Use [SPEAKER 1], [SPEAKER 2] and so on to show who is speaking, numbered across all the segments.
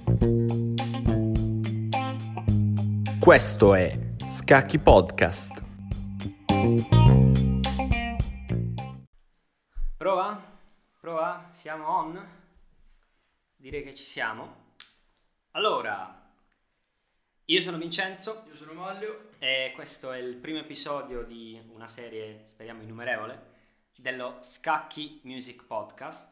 [SPEAKER 1] Questo è Scacchi Podcast.
[SPEAKER 2] Prova, siamo on? Direi che ci siamo. Allora, io sono Vincenzo.
[SPEAKER 3] Io sono Maglio.
[SPEAKER 2] E questo è il primo episodio di una serie, speriamo innumerevole, dello Scacchi Music Podcast.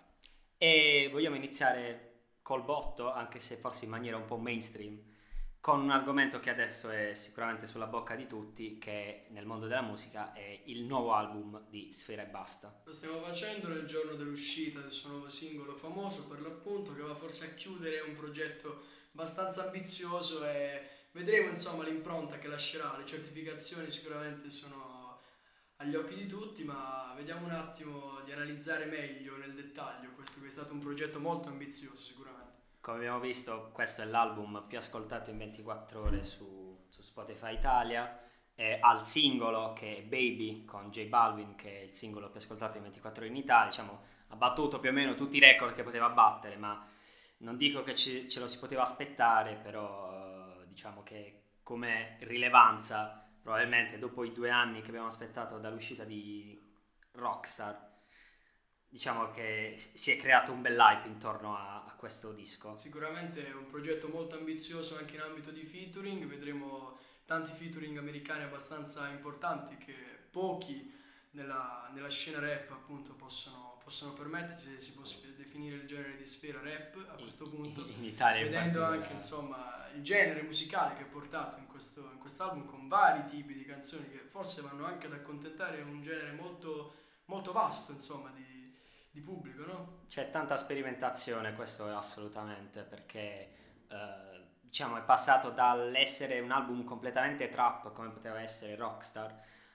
[SPEAKER 2] E vogliamo iniziare col botto, anche se forse in maniera un po' mainstream, con un argomento che adesso è sicuramente sulla bocca di tutti, che nel mondo della musica è il nuovo album di Sfera Ebbasta.
[SPEAKER 3] Lo stiamo facendo nel giorno dell'uscita del suo nuovo singolo famoso, per l'appunto, che va forse a chiudere un progetto abbastanza ambizioso e vedremo insomma l'impronta che lascerà. Le certificazioni sicuramente sono agli occhi di tutti, ma vediamo un attimo di analizzare meglio nel dettaglio questo che è stato un progetto molto ambizioso sicuramente.
[SPEAKER 2] Come abbiamo visto, questo è l'album più ascoltato in 24 ore su Spotify Italia, al singolo che è Baby con J Balvin, che è il singolo più ascoltato in 24 ore in Italia. Diciamo, ha battuto più o meno tutti i record che poteva battere, ma non dico che ce lo si poteva aspettare, però diciamo che come rilevanza, probabilmente dopo i 2 anni che abbiamo aspettato dall'uscita di Rockstar, diciamo che si è creato un bel hype intorno a questo disco.
[SPEAKER 3] Sicuramente è un progetto molto ambizioso anche in ambito di featuring, vedremo tanti featuring americani abbastanza importanti che pochi nella scena rap appunto possono permettersi, se si può definire il genere di sfera rap a questo punto,
[SPEAKER 2] in Italia,
[SPEAKER 3] vedendo anche insomma il genere musicale che è portato in quest'album, con vari tipi di canzoni che forse vanno anche ad accontentare un genere molto, molto vasto insomma di pubblico, no?
[SPEAKER 2] C'è tanta sperimentazione, questo è assolutamente, perché diciamo è passato dall'essere un album completamente trap, come poteva essere Rockstar,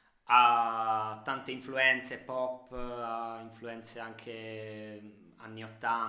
[SPEAKER 2] a tante influenze pop, a influenze anche anni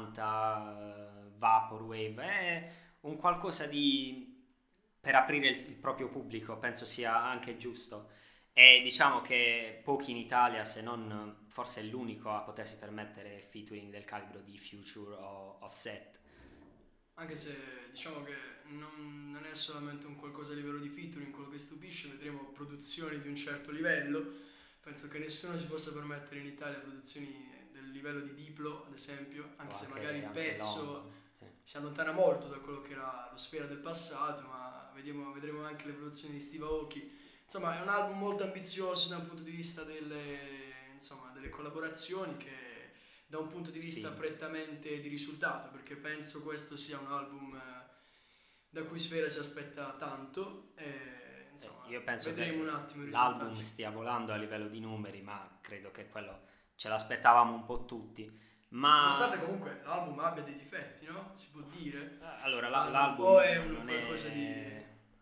[SPEAKER 2] 80, vaporwave, è un qualcosa di per aprire il proprio pubblico, penso sia anche giusto. E diciamo che pochi in Italia, se non forse è l'unico a potersi permettere featuring del calibro di Future o Offset.
[SPEAKER 3] Anche se diciamo che non è solamente un qualcosa a livello di featuring quello che stupisce, vedremo produzioni di un certo livello. Penso che nessuno si possa permettere in Italia produzioni del livello di Diplo, ad esempio, anche se magari il pezzo si allontana molto da quello che era lo Sfera del passato, ma vedremo anche le produzioni di Steve Aoki. Insomma, è un album molto ambizioso da un punto di vista delle collaborazioni, che da un punto di vista prettamente di risultato, perché penso questo sia un album da cui Sfera si aspetta tanto e insomma
[SPEAKER 2] io penso
[SPEAKER 3] vedremo
[SPEAKER 2] che
[SPEAKER 3] un attimo i
[SPEAKER 2] l'album
[SPEAKER 3] risultati.
[SPEAKER 2] stia volando a livello di numeri, ma credo che quello ce l'aspettavamo un po' tutti. Ma
[SPEAKER 3] nonostante comunque l'album abbia dei difetti, no? Si può dire.
[SPEAKER 2] allora l'album
[SPEAKER 3] o è un
[SPEAKER 2] non
[SPEAKER 3] qualcosa
[SPEAKER 2] è...
[SPEAKER 3] di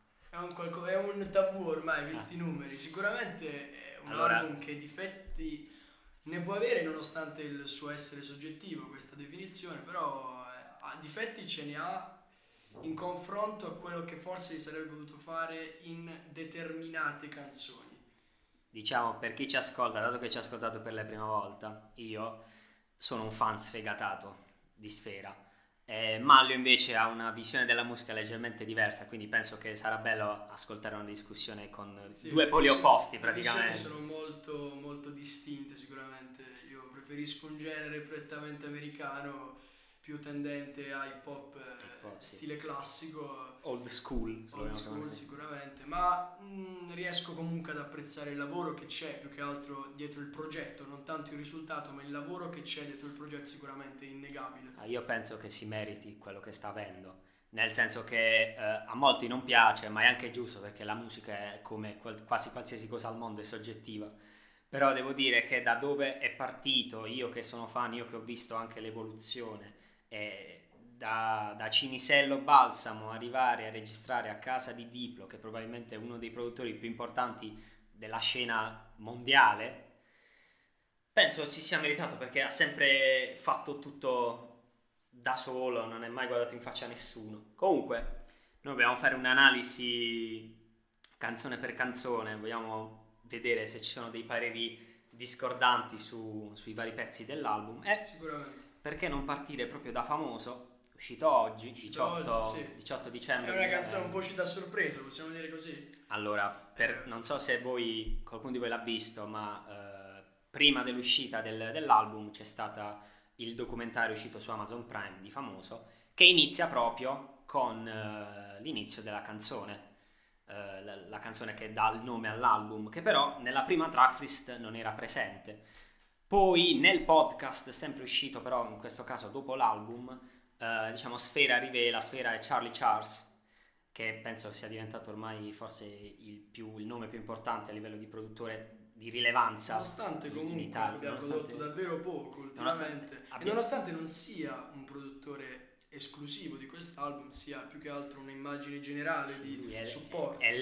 [SPEAKER 3] è un tabù ormai, visti i numeri. Sicuramente è un album che difetti ne può avere, nonostante il suo essere soggettivo, questa definizione, però difetti ce ne ha in confronto a quello che forse si sarebbe potuto fare in determinate canzoni.
[SPEAKER 2] Diciamo, per chi ci ascolta, dato che ci ha ascoltato per la prima volta, io sono un fan sfegatato di Sfera. Maglio invece ha una visione della musica leggermente diversa, quindi penso che sarà bello ascoltare una discussione con due poli opposti praticamente.
[SPEAKER 3] Le visioni sono molto, molto distinte sicuramente. Io preferisco un genere prettamente
[SPEAKER 2] Hip
[SPEAKER 3] americano, più tendente a hip hop stile classico,
[SPEAKER 2] old school
[SPEAKER 3] sicuramente, ma riesco comunque ad apprezzare il lavoro che c'è più che altro dietro il progetto, non tanto il risultato, ma il lavoro che c'è dietro il progetto sicuramente è innegabile.
[SPEAKER 2] Io penso che si meriti quello che sta avendo, nel senso che a molti non piace, ma è anche giusto, perché la musica è come quasi qualsiasi cosa al mondo, è soggettiva. Però devo dire che da dove è partito, io che sono fan, io che ho visto anche l'evoluzione, da Cinisello Balsamo arrivare a registrare a casa di Diplo, che probabilmente è uno dei produttori più importanti della scena mondiale, penso ci sia meritato, perché ha sempre fatto tutto da solo, non è mai guardato in faccia a nessuno. Comunque noi dobbiamo fare un'analisi canzone per canzone, vogliamo vedere se ci sono dei pareri discordanti sui vari pezzi dell'album, e
[SPEAKER 3] sicuramente
[SPEAKER 2] perché non partire proprio da Famoso, uscito oggi,
[SPEAKER 3] Uscito
[SPEAKER 2] 18,
[SPEAKER 3] oggi, sì.
[SPEAKER 2] 18
[SPEAKER 3] È
[SPEAKER 2] dicembre.
[SPEAKER 3] una canzone un po' uscita a sorpresa, possiamo dire così.
[SPEAKER 2] Allora, non so se qualcuno di voi l'ha visto, ma prima dell'uscita dell'album c'è stato il documentario uscito su Amazon Prime di Famoso, che inizia proprio con l'inizio della canzone, la canzone che dà il nome all'album, che però nella prima tracklist non era presente. Poi nel podcast, sempre uscito però in questo caso dopo l'album, diciamo Sfera e Charlie Charles, che penso sia diventato ormai forse il nome più importante a livello di produttore di rilevanza
[SPEAKER 3] Nonostante
[SPEAKER 2] in
[SPEAKER 3] comunque
[SPEAKER 2] Italia.
[SPEAKER 3] abbia prodotto davvero poco ultimamente e
[SPEAKER 2] abbia-
[SPEAKER 3] nonostante non sia un produttore esclusivo di quest'album, sia più che altro un'immagine generale
[SPEAKER 2] Sì,
[SPEAKER 3] di
[SPEAKER 2] lui
[SPEAKER 3] supporto.
[SPEAKER 2] è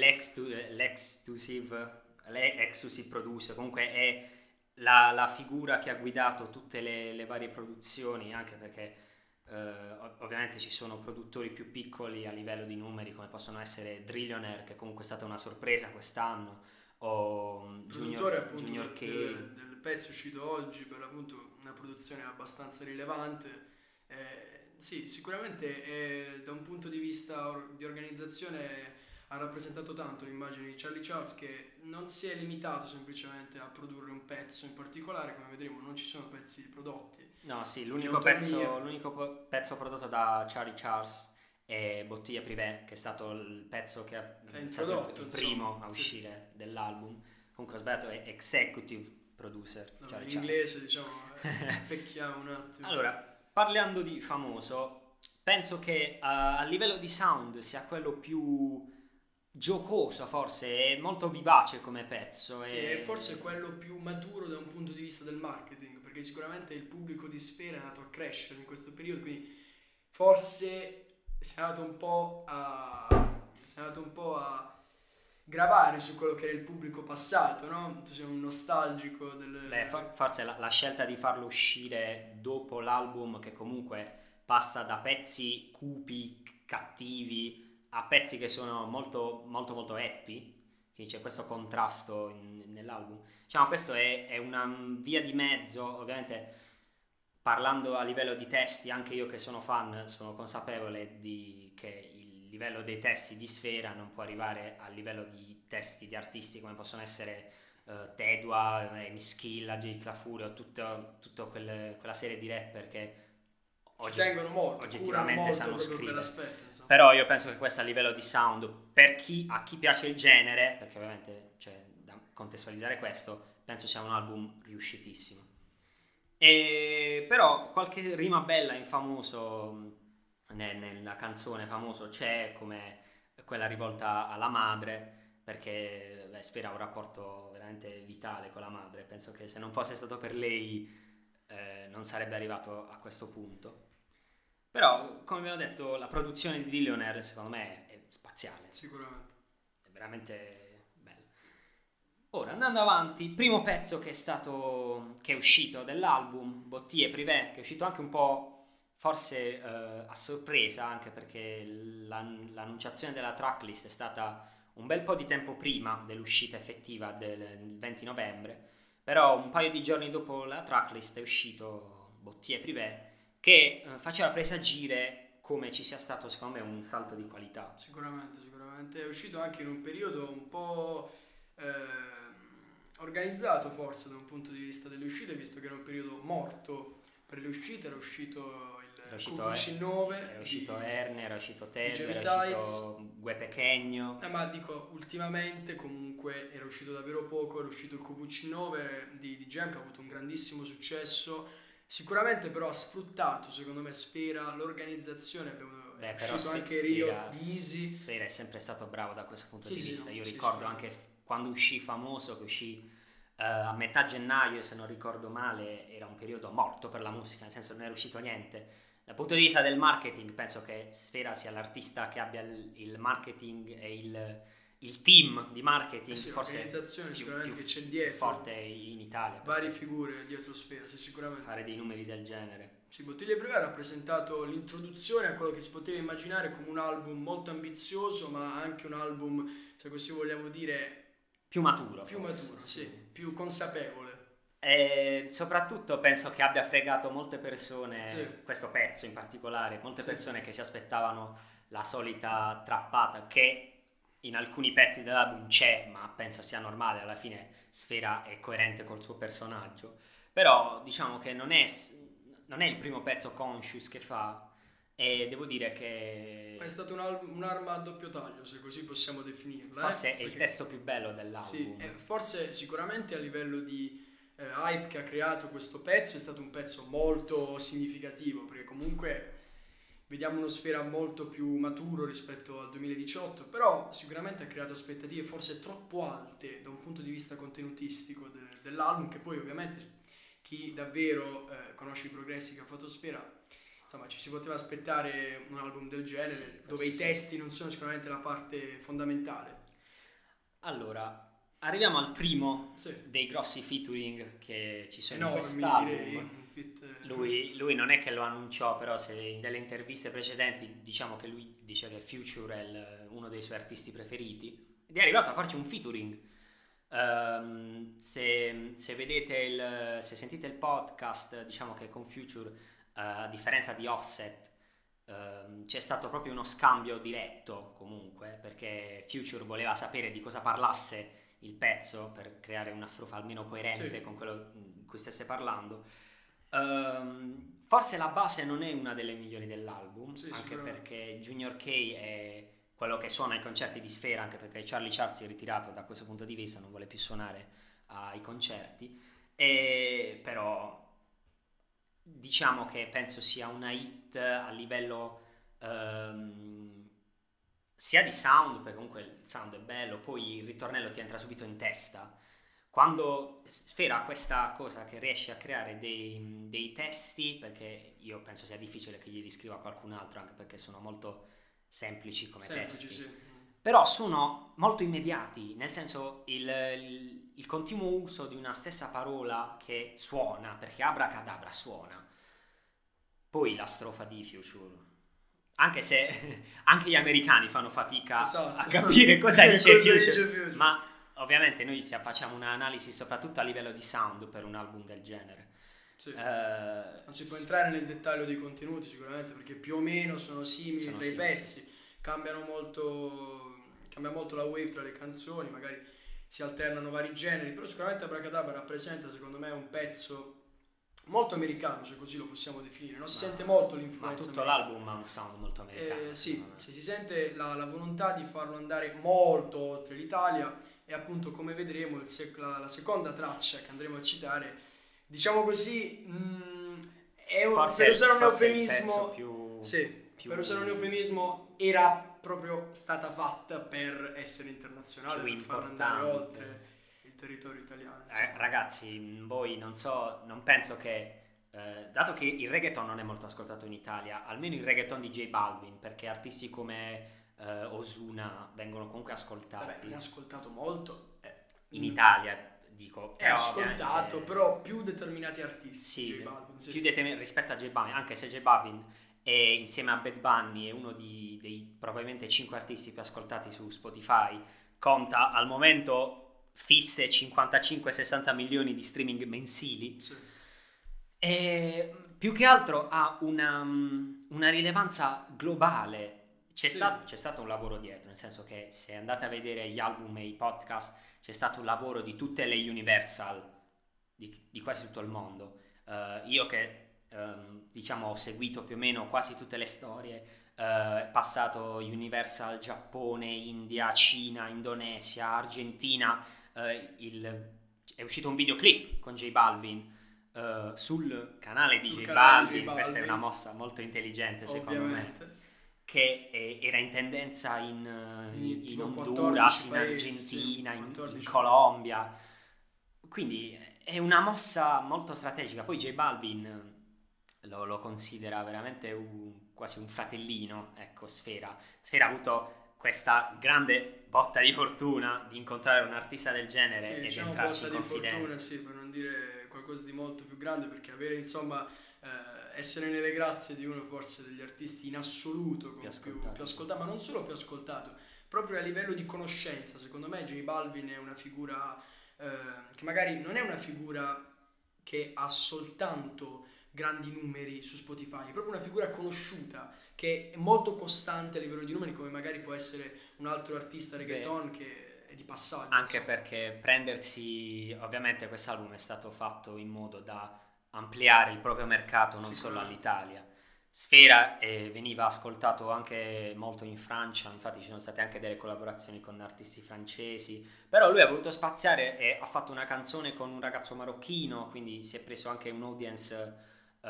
[SPEAKER 2] l'exclusive producer, comunque è la figura che ha guidato tutte le varie produzioni, anche perché ovviamente ci sono produttori più piccoli a livello di numeri, come possono essere Drillionaire, che comunque è stata una sorpresa quest'anno, o
[SPEAKER 3] Produttore appunto
[SPEAKER 2] Junior K.
[SPEAKER 3] del pezzo uscito oggi, per l'appunto una produzione abbastanza rilevante. Sì, sicuramente da un punto di vista di organizzazione ha rappresentato tanto l'immagine di Charlie Charles, che non si è limitato semplicemente a produrre un pezzo in particolare, come vedremo non ci sono pezzi prodotti.
[SPEAKER 2] No, sì,
[SPEAKER 3] in
[SPEAKER 2] l'unico
[SPEAKER 3] autonomia.
[SPEAKER 2] pezzo prodotto da Charlie Charles è Bottiglia Privé, che è stato il pezzo che è stato
[SPEAKER 3] introdotto,
[SPEAKER 2] il
[SPEAKER 3] insomma,
[SPEAKER 2] primo a
[SPEAKER 3] sì.
[SPEAKER 2] uscire dell'album. Comunque ho sbagliato, è executive producer.
[SPEAKER 3] No,
[SPEAKER 2] Charlie
[SPEAKER 3] in
[SPEAKER 2] Charles.
[SPEAKER 3] inglese diciamo pecchiamo un attimo.
[SPEAKER 2] Allora, parlando di Famoso, penso che a livello di sound sia quello più giocoso, forse, è molto vivace come pezzo.
[SPEAKER 3] Sì, è forse quello più maturo da un punto di vista del marketing, perché sicuramente il pubblico di Sfera è andato a crescere in questo periodo, quindi forse si è andato un po' a gravare su quello che era il pubblico passato, no? Tu sei un nostalgico del...
[SPEAKER 2] Beh, forse la scelta di farlo uscire dopo l'album, che comunque passa da pezzi cupi, cattivi, a pezzi che sono molto molto molto happy, quindi c'è questo contrasto nell'album. Diciamo, questo è una via di mezzo, ovviamente parlando a livello di testi, anche io che sono fan sono consapevole che il livello dei testi di Sfera non può arrivare al livello di testi di artisti come possono essere Tedua, Mischilla, Jay Clafurio, tutta quella serie di rapper che
[SPEAKER 3] ci tengono molto, curano
[SPEAKER 2] oggettivamente
[SPEAKER 3] molto
[SPEAKER 2] sanno
[SPEAKER 3] proprio
[SPEAKER 2] scrivere.
[SPEAKER 3] quell'aspetto, insomma.
[SPEAKER 2] Però io penso che questo a livello di sound, a chi piace il genere, perché ovviamente c'è da contestualizzare questo, penso sia un album riuscitissimo. Però qualche rima bella in Famoso, nella canzone Famoso, c'è, come quella rivolta alla madre, perché Sfera ha un rapporto veramente vitale con la madre. Penso che se non fosse stato per lei non sarebbe arrivato a questo punto. Però, come abbiamo detto, la produzione di Dillionaire secondo me è spaziale,
[SPEAKER 3] Sicuramente.
[SPEAKER 2] è veramente bella. Ora, andando avanti, primo pezzo che è uscito dell'album, Bottiglie Privé, che è uscito anche un po' forse a sorpresa, anche perché l'annunciazione della tracklist è stata un bel po' di tempo prima dell'uscita effettiva del 20 novembre, però un paio di giorni dopo la tracklist è uscito Bottiglie Privé, che faceva presagire come ci sia stato secondo me un salto di qualità.
[SPEAKER 3] Sicuramente. È uscito anche in un periodo un po' organizzato forse da un punto di vista delle uscite, visto che era un periodo morto per le uscite. Era uscito il QVC9,
[SPEAKER 2] era uscito Erne, era uscito Ted,
[SPEAKER 3] Jamie
[SPEAKER 2] era
[SPEAKER 3] Tights.
[SPEAKER 2] uscito Gue Pequeño.
[SPEAKER 3] Ma dico, ultimamente comunque era uscito davvero poco. Era uscito il QVC9 di Jam, che ha avuto un grandissimo successo. Sicuramente però ha sfruttato, secondo me, Sfera, l'organizzazione. È uscito anche Riot, Easy.
[SPEAKER 2] Sfera è sempre stato bravo da questo punto di vista. Io
[SPEAKER 3] sì,
[SPEAKER 2] ricordo anche quando uscì Famoso, che uscì a metà gennaio, se non ricordo male, era un periodo morto per la musica, nel senso non era uscito niente. Dal punto di vista del marketing, penso che Sfera sia l'artista che abbia il marketing e il team di marketing, forse
[SPEAKER 3] l'organizzazione sicuramente
[SPEAKER 2] più
[SPEAKER 3] che c'è dietro,
[SPEAKER 2] forte in Italia.
[SPEAKER 3] Varie figure dietro Sfera, sì, sicuramente.
[SPEAKER 2] Fare dei numeri del genere.
[SPEAKER 3] Sì, Bottiglie Privé ha rappresentato l'introduzione a quello che si poteva immaginare come un album molto ambizioso, ma anche un album, se così vogliamo dire,
[SPEAKER 2] Più maturo,
[SPEAKER 3] più
[SPEAKER 2] forse,
[SPEAKER 3] maturo, sì, più consapevole.
[SPEAKER 2] E soprattutto penso che abbia fregato molte persone,
[SPEAKER 3] Sì,
[SPEAKER 2] questo pezzo in particolare, molte
[SPEAKER 3] sì,
[SPEAKER 2] persone che si aspettavano la solita trappata che in alcuni pezzi dell'album c'è, ma penso sia normale, alla fine Sfera è coerente col suo personaggio. Però diciamo che non è il primo pezzo conscious che fa e devo dire
[SPEAKER 3] è
[SPEAKER 2] che
[SPEAKER 3] stata un'arma a doppio taglio, se così possiamo definirla,
[SPEAKER 2] forse è il
[SPEAKER 3] perché
[SPEAKER 2] testo più bello
[SPEAKER 3] sì,
[SPEAKER 2] dell'album.
[SPEAKER 3] forse sicuramente a livello di hype che ha creato questo pezzo è stato un pezzo molto significativo, perché comunque vediamo uno Sfera molto più maturo rispetto al 2018, però sicuramente ha creato aspettative forse troppo alte da un punto di vista contenutistico dell'album, che poi ovviamente chi davvero conosce i progressi che ha fatto Sfera, insomma ci si poteva aspettare un album del
[SPEAKER 2] Sì,
[SPEAKER 3] genere, dove
[SPEAKER 2] questo
[SPEAKER 3] i
[SPEAKER 2] sì.
[SPEAKER 3] testi non sono sicuramente la parte fondamentale.
[SPEAKER 2] Allora, arriviamo al primo
[SPEAKER 3] Sì,
[SPEAKER 2] dei grossi featuring che ci sono in
[SPEAKER 3] enormi direi,
[SPEAKER 2] quest'album.
[SPEAKER 3] un fit...
[SPEAKER 2] Lui non è che lo annunciò, però se in delle interviste precedenti diciamo che lui dice che Future è uno dei suoi artisti preferiti ed è arrivato a farci un featuring. Se vedete se sentite il podcast, diciamo che con Future, a differenza di Offset, c'è stato proprio uno scambio diretto comunque, perché Future voleva sapere di cosa parlasse il pezzo per creare una strofa almeno coerente
[SPEAKER 3] Sì,
[SPEAKER 2] con quello di cui stesse parlando. Forse la base non è una delle migliori dell'album,
[SPEAKER 3] sì,
[SPEAKER 2] anche
[SPEAKER 3] sicuramente.
[SPEAKER 2] perché Junior K è quello che suona ai concerti di Sfera, anche perché Charlie Charles si è ritirato da questo punto di vista, non vuole più suonare ai concerti, e però diciamo che penso sia una hit a livello sia di sound, perché comunque il sound è bello, poi il ritornello ti entra subito in testa. Quando Sfera ha questa cosa che riesce a creare dei testi, perché io penso sia difficile che glieli scriva qualcun altro, anche perché sono molto semplici come
[SPEAKER 3] Semplici,
[SPEAKER 2] testi,
[SPEAKER 3] sì.
[SPEAKER 2] però sono molto immediati, nel senso il continuo uso di una stessa parola che suona, perché abracadabra suona, poi la strofa di Future. Anche se anche gli americani fanno fatica a
[SPEAKER 3] Esatto.
[SPEAKER 2] capire cosa dice
[SPEAKER 3] Cosa
[SPEAKER 2] Future,
[SPEAKER 3] dice Future?
[SPEAKER 2] ma ovviamente noi facciamo un'analisi soprattutto a livello di sound per un album del genere.
[SPEAKER 3] Sì.
[SPEAKER 2] Eh,
[SPEAKER 3] Non si può entrare nel dettaglio dei contenuti sicuramente perché più o meno sono simili
[SPEAKER 2] sono
[SPEAKER 3] tra i
[SPEAKER 2] simili, sì.
[SPEAKER 3] pezzi, cambia molto la wave tra le canzoni, magari si alternano vari generi, però sicuramente Abracadabra rappresenta secondo me un pezzo molto americano, se così lo possiamo definire, non si sente molto
[SPEAKER 2] Ma
[SPEAKER 3] l'influenza
[SPEAKER 2] tutto
[SPEAKER 3] americana.
[SPEAKER 2] l'album ha un sound molto americano,
[SPEAKER 3] Sì,
[SPEAKER 2] secondo me.
[SPEAKER 3] si sente la volontà di farlo andare molto oltre l'Italia e appunto come vedremo la seconda traccia che andremo a citare, diciamo così, per usare un
[SPEAKER 2] Forse è il pezzo
[SPEAKER 3] eufemismo,
[SPEAKER 2] più,
[SPEAKER 3] sì,
[SPEAKER 2] più,
[SPEAKER 3] per usare un eufemismo era proprio stata fatta per essere internazionale,
[SPEAKER 2] più
[SPEAKER 3] per farla andare
[SPEAKER 2] importante.
[SPEAKER 3] oltre il territorio italiano, insomma.
[SPEAKER 2] Ragazzi, voi non so, non penso che, dato che il reggaeton non è molto ascoltato in Italia, almeno il reggaeton di J Balvin, perché artisti come Ozuna vengono comunque
[SPEAKER 3] Vabbè,
[SPEAKER 2] ascoltati
[SPEAKER 3] non è ascoltato molto,
[SPEAKER 2] in Italia, dico,
[SPEAKER 3] è
[SPEAKER 2] però
[SPEAKER 3] ascoltato,
[SPEAKER 2] ovviamente
[SPEAKER 3] però più determinati artisti,
[SPEAKER 2] sì,
[SPEAKER 3] J Balvin, sì.
[SPEAKER 2] più rispetto a J Balvin, anche se J Balvin è insieme a Bad Bunny è uno dei probabilmente 5 artisti più ascoltati su Spotify, conta al momento fisse 55-60 milioni di streaming mensili.
[SPEAKER 3] Sì.
[SPEAKER 2] E più che altro ha una rilevanza globale.
[SPEAKER 3] Sì.
[SPEAKER 2] C'è stato un lavoro dietro, nel senso che se andate a vedere gli album e i podcast, c'è stato un lavoro di tutte le Universal di quasi tutto il mondo. Io che diciamo ho seguito più o meno quasi tutte le storie, passato Universal Giappone, India, Cina, Indonesia, Argentina, è uscito un videoclip con J Balvin sul canale di
[SPEAKER 3] Sul
[SPEAKER 2] J
[SPEAKER 3] canale di J
[SPEAKER 2] Balvin. Questa è una
[SPEAKER 3] Balvin,
[SPEAKER 2] mossa molto intelligente secondo me,
[SPEAKER 3] ovviamente.
[SPEAKER 2] che era in tendenza in
[SPEAKER 3] Tipo
[SPEAKER 2] Honduras,
[SPEAKER 3] 14
[SPEAKER 2] in
[SPEAKER 3] paesi, sì,
[SPEAKER 2] Argentina, in
[SPEAKER 3] 14
[SPEAKER 2] Colombia, quindi è una mossa molto strategica. Poi J Balvin lo considera veramente quasi un fratellino, ecco, Sfera ha avuto questa grande botta di fortuna di incontrare un artista del
[SPEAKER 3] Sì,
[SPEAKER 2] genere ed
[SPEAKER 3] diciamo
[SPEAKER 2] entrarci
[SPEAKER 3] botta
[SPEAKER 2] in
[SPEAKER 3] di fortuna,
[SPEAKER 2] confidenza.
[SPEAKER 3] sì, per non dire qualcosa di molto più grande, perché avere, insomma, essere nelle grazie di uno forse degli artisti in assoluto
[SPEAKER 2] Più
[SPEAKER 3] con
[SPEAKER 2] ascoltato,
[SPEAKER 3] più
[SPEAKER 2] sì.
[SPEAKER 3] ascoltato, ma non solo più ascoltato, proprio a livello di conoscenza, secondo me J Balvin è una figura che magari non è una figura che ha soltanto grandi numeri su Spotify, è proprio una figura conosciuta che è molto costante a livello di numeri, come magari può essere un altro artista reggaeton che è di passaggio.
[SPEAKER 2] Anche perché prendersi, ovviamente quest'album è stato fatto in modo da ampliare il proprio mercato non solo all'Italia. Sfera veniva ascoltato anche molto in Francia, infatti ci sono state anche delle collaborazioni con artisti francesi, però lui ha voluto spaziare e ha fatto una canzone con un ragazzo marocchino, quindi si è preso anche un audience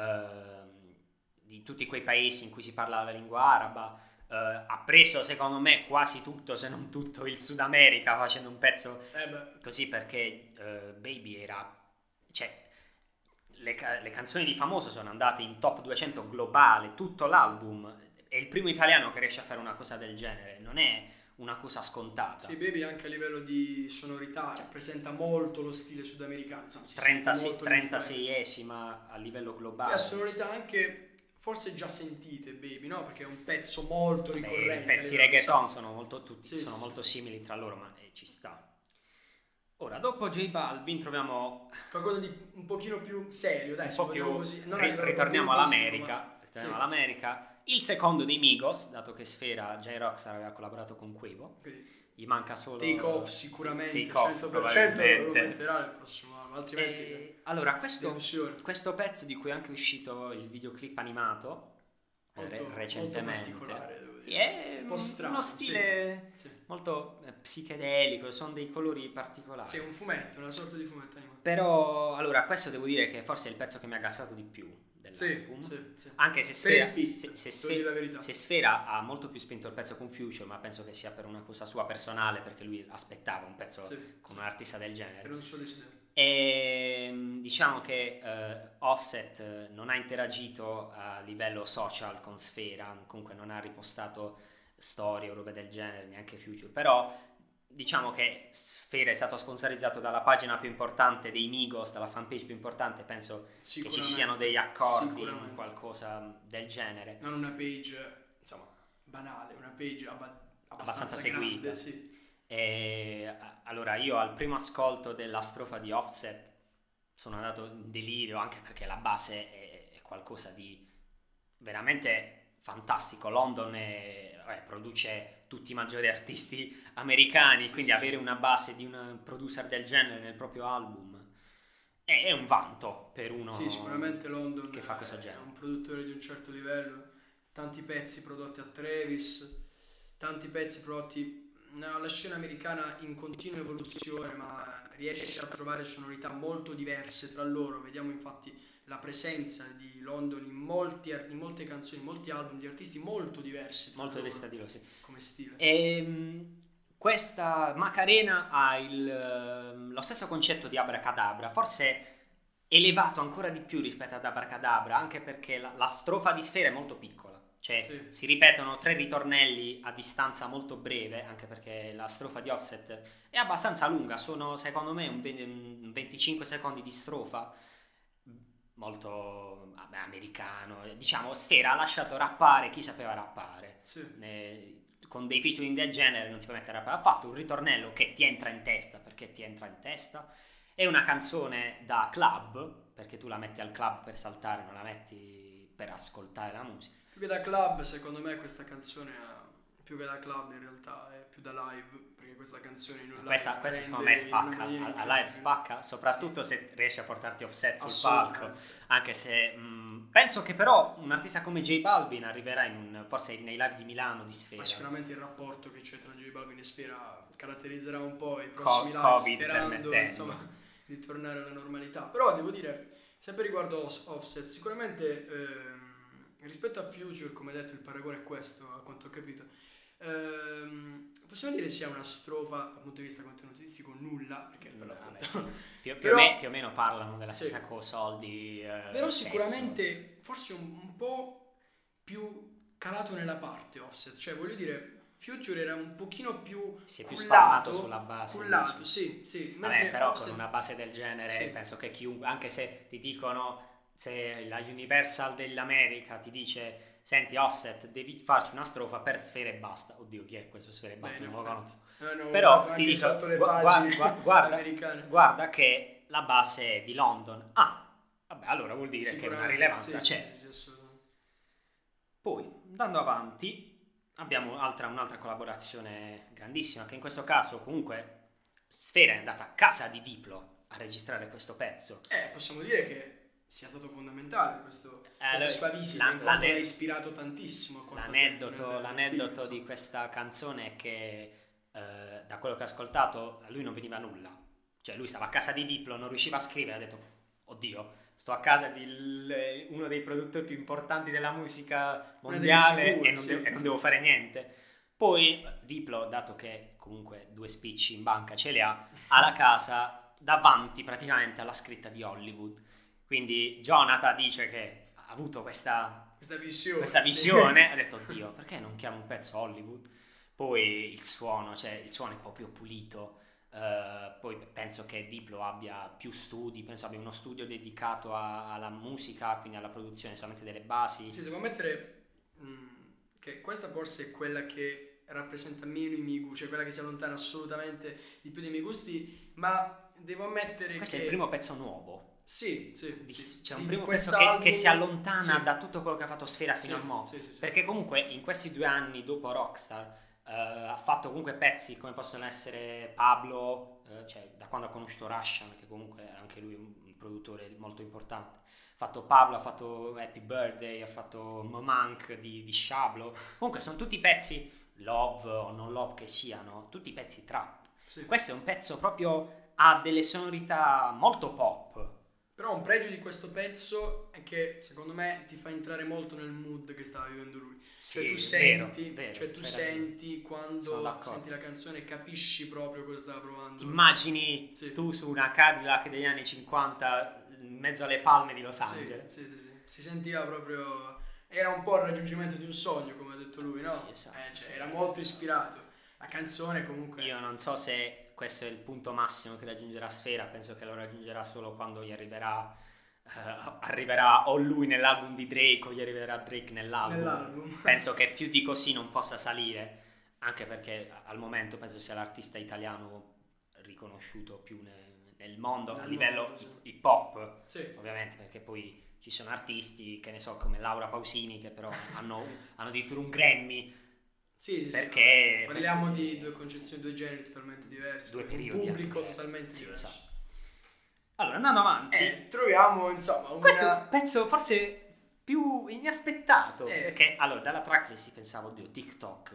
[SPEAKER 2] di tutti quei paesi in cui si parla la lingua araba. Ha preso secondo me quasi tutto, se non tutto, il Sud America facendo un pezzo così, perché Baby era, cioè, le canzoni di Famoso sono andate in top 200 globale, tutto l'album, è il primo italiano che riesce a fare una cosa del genere, non è una cosa scontata.
[SPEAKER 3] Sì, Baby anche a livello di sonorità rappresenta molto lo stile sudamericano, insomma,
[SPEAKER 2] 36esima a livello globale.
[SPEAKER 3] E a sonorità anche forse già sentite Baby, no? Perché è un pezzo molto ricorrente.
[SPEAKER 2] I pezzi reggaeton sono molto, molto simili tra loro, ma ci sta. Ora, dopo J Balvin troviamo
[SPEAKER 3] qualcosa di un pochino più serio, dai,
[SPEAKER 2] un po' più
[SPEAKER 3] così.
[SPEAKER 2] Ritorniamo all'America. Il secondo dei Migos, dato che Sfera, J-Rockstar aveva collaborato con Quavo, gli manca solo
[SPEAKER 3] Take Off sicuramente,
[SPEAKER 2] Take Off,
[SPEAKER 3] 100% lo metterà nel prossimo anno, altrimenti
[SPEAKER 2] allora questo pezzo di cui è anche uscito il videoclip animato recentemente,
[SPEAKER 3] molto particolare, devo dire.
[SPEAKER 2] È
[SPEAKER 3] un po' strano,
[SPEAKER 2] uno stile molto psichedelico, sono dei colori particolari.
[SPEAKER 3] Sì, un fumetto, una sorta di fumetto animato.
[SPEAKER 2] Però, allora, questo devo dire che forse è il pezzo che mi ha gasato di più dell'album.
[SPEAKER 3] Sì.
[SPEAKER 2] Anche se
[SPEAKER 3] Sfera
[SPEAKER 2] ha molto più spinto il pezzo con Future, ma penso che sia per una cosa sua personale, perché lui aspettava un pezzo con un artista del genere.
[SPEAKER 3] Per un suo desiderio.
[SPEAKER 2] E diciamo che Offset non ha interagito a livello social con Sfera, comunque non ha ripostato storie o robe del genere, neanche Future, però diciamo che Sfera è stato sponsorizzato dalla pagina più importante dei Migos, dalla fanpage più importante, penso che ci siano degli accordi o qualcosa del genere.
[SPEAKER 3] Non una page, insomma, banale, una page abbastanza
[SPEAKER 2] seguita.
[SPEAKER 3] Grande, sì.
[SPEAKER 2] Allora io al primo ascolto della strofa di Offset sono andato in delirio, anche perché la base è qualcosa di veramente fantastico. London produce tutti i maggiori artisti americani, quindi avere una base di un producer del genere nel proprio album è un vanto per uno.
[SPEAKER 3] Sì, sicuramente London
[SPEAKER 2] che fa questo genere.
[SPEAKER 3] È un produttore di un certo livello, tanti pezzi prodotti a Travis, tanti pezzi prodotti alla scena americana in continua evoluzione, ma riesce a trovare sonorità molto diverse tra loro. Vediamo infatti la presenza di London in molte canzoni, in molti album di artisti molto diversi tra loro,
[SPEAKER 2] sì,
[SPEAKER 3] come stile.
[SPEAKER 2] Questa Macarena ha lo stesso concetto di Abracadabra, forse elevato ancora di più rispetto ad Abracadabra, anche perché la strofa di Sfera è molto piccola. Cioè si ripetono 3 ritornelli a distanza molto breve, anche perché la strofa di Offset è abbastanza lunga, sono secondo me un 25 secondi di strofa, molto americano. Diciamo, Sfera ha lasciato rappare chi sapeva rappare. Con dei featuring del genere non ti puoi mettere a rappare. Ha fatto un ritornello che ti entra in testa, perché ti entra in testa. È una canzone da club, perché tu la metti al club per saltare, non la metti per ascoltare la musica.
[SPEAKER 3] Più che da club, secondo me questa canzone più che da club in realtà è più da live, perché questa canzone in un live
[SPEAKER 2] questa secondo me spacca, a live spacca, soprattutto se riesci a portarti Offset sul palco, anche se penso che però un artista come J Balvin arriverà forse nei live di Milano di Sfera.
[SPEAKER 3] Ma sicuramente il rapporto che c'è tra J Balvin e Sfera caratterizzerà un po' i prossimi live,
[SPEAKER 2] Covid
[SPEAKER 3] sperando insomma di tornare alla normalità. Però devo dire, sempre riguardo Offset, sicuramente rispetto a Future, come detto, il paragone è questo, a quanto ho capito. Possiamo dire sia una strofa dal punto di vista contenutistico nulla, perché per l'appunto
[SPEAKER 2] più o meno parlano della stessa cosa, soldi,
[SPEAKER 3] però sicuramente forse un po' più calato nella parte Offset, cioè voglio dire Future era un pochino più
[SPEAKER 2] si è più spalmato sulla base,
[SPEAKER 3] cullato, sì.
[SPEAKER 2] Vabbè, però Offset, con una base del genere penso che chiunque, anche se ti dicono, se la Universal dell'America ti dice senti Offset devi farci una strofa per Sfera e basta, oddio chi è questo Sfera e basta, non lo conosco, però ti dico guarda che la base è di London, Vabbè, allora vuol dire che una
[SPEAKER 3] Sicuramente,
[SPEAKER 2] rilevanza
[SPEAKER 3] sì,
[SPEAKER 2] c'è.
[SPEAKER 3] sì, assolutamente.
[SPEAKER 2] Poi, andando avanti, abbiamo un'altra collaborazione grandissima, che in questo caso comunque Sfera è andata a casa di Diplo a registrare questo pezzo.
[SPEAKER 3] Possiamo dire che sia stato fondamentale questa
[SPEAKER 2] lui-
[SPEAKER 3] sua visita,
[SPEAKER 2] la-
[SPEAKER 3] in quanto
[SPEAKER 2] l'ane-
[SPEAKER 3] l'ha ispirato tantissimo. a quanto ha detto
[SPEAKER 2] L'aneddoto
[SPEAKER 3] film,
[SPEAKER 2] di
[SPEAKER 3] insomma.
[SPEAKER 2] questa canzone è che da quello che ho ascoltato a lui non veniva nulla. Cioè lui stava a casa di Diplo, non riusciva a scrivere, ha detto oddio, sto a casa di uno dei produttori più importanti della musica
[SPEAKER 3] Una delle
[SPEAKER 2] mondiale
[SPEAKER 3] figure,
[SPEAKER 2] e non,
[SPEAKER 3] sì,
[SPEAKER 2] devo, e non
[SPEAKER 3] sì.
[SPEAKER 2] devo fare niente. Poi Diplo, dato che comunque 2 spicci in banca ce li ha la casa davanti praticamente alla scritta di Hollywood. Quindi Jonathan dice che ha avuto questa visione, ha detto oddio, perché non chiamo un pezzo Hollywood? Poi il suono è proprio pulito. Poi penso che Diplo abbia più studi, penso abbia uno studio dedicato alla musica, quindi alla produzione solamente delle basi.
[SPEAKER 3] Sì, devo ammettere che questa forse è quella che rappresenta meno i miei gusti, cioè quella che si allontana assolutamente di più dei miei gusti, ma devo ammettere
[SPEAKER 2] Questo
[SPEAKER 3] che...
[SPEAKER 2] è il primo pezzo nuovo.
[SPEAKER 3] Sì, sì, sì.
[SPEAKER 2] C'è un
[SPEAKER 3] Di
[SPEAKER 2] primo pezzo
[SPEAKER 3] quest'album,
[SPEAKER 2] che si allontana
[SPEAKER 3] sì.
[SPEAKER 2] da tutto quello che ha fatto Sfera fino
[SPEAKER 3] Sì,
[SPEAKER 2] a mo'.
[SPEAKER 3] sì, sì, sì.
[SPEAKER 2] Perché comunque in questi 2 anni dopo Rockstar ha fatto comunque pezzi come possono essere Pablo, cioè da quando ha conosciuto Russian, che comunque è anche lui un produttore molto importante. Ha fatto Pablo, ha fatto Happy Birthday, ha fatto Momank di Shablo. Comunque sono tutti pezzi, love o non love che siano, tutti pezzi trap.
[SPEAKER 3] Sì.
[SPEAKER 2] Questo è un pezzo proprio, ha delle sonorità molto pop.
[SPEAKER 3] Però un pregio di questo pezzo è che secondo me ti fa entrare molto nel mood che stava vivendo lui.
[SPEAKER 2] Sì,
[SPEAKER 3] Cioè tu
[SPEAKER 2] vero,
[SPEAKER 3] senti,
[SPEAKER 2] vero,
[SPEAKER 3] cioè tu
[SPEAKER 2] c'hai ragione.
[SPEAKER 3] senti
[SPEAKER 2] Sono
[SPEAKER 3] quando
[SPEAKER 2] d'accordo.
[SPEAKER 3] senti la canzone, capisci proprio cosa stava provando.
[SPEAKER 2] Ti immagini
[SPEAKER 3] Sì.
[SPEAKER 2] tu su una Cadillac degli anni 50 in mezzo alle palme di Los
[SPEAKER 3] Sì,
[SPEAKER 2] Angeles.
[SPEAKER 3] sì. Si sentiva proprio... Era un po' il raggiungimento di un sogno, come ha detto lui, no?
[SPEAKER 2] Sì, esatto.
[SPEAKER 3] Cioè, era molto ispirato. La canzone comunque...
[SPEAKER 2] Io non so se questo è il punto massimo che raggiungerà Sfera, penso che lo raggiungerà solo quando gli arriverà o lui nell'album di Drake o gli arriverà Drake nell'album. Penso che più di così non possa salire, anche perché al momento penso sia l'artista italiano riconosciuto più nel mondo a livello
[SPEAKER 3] sì.
[SPEAKER 2] hip hop,
[SPEAKER 3] Sì.
[SPEAKER 2] ovviamente, perché poi ci sono artisti che ne so come Laura Pausini che però hanno addirittura un Grammy.
[SPEAKER 3] Sì,
[SPEAKER 2] Perché
[SPEAKER 3] parliamo di due concezioni, due generi totalmente diversi,
[SPEAKER 2] due
[SPEAKER 3] un
[SPEAKER 2] periodi
[SPEAKER 3] pubblico
[SPEAKER 2] diversi.
[SPEAKER 3] totalmente
[SPEAKER 2] Sì,
[SPEAKER 3] diverso.
[SPEAKER 2] esatto. Allora, andando avanti,
[SPEAKER 3] Troviamo insomma
[SPEAKER 2] questo è un pezzo forse più inaspettato,
[SPEAKER 3] Eh.
[SPEAKER 2] perché allora dalla tracklist si pensava, oddio, TikTok,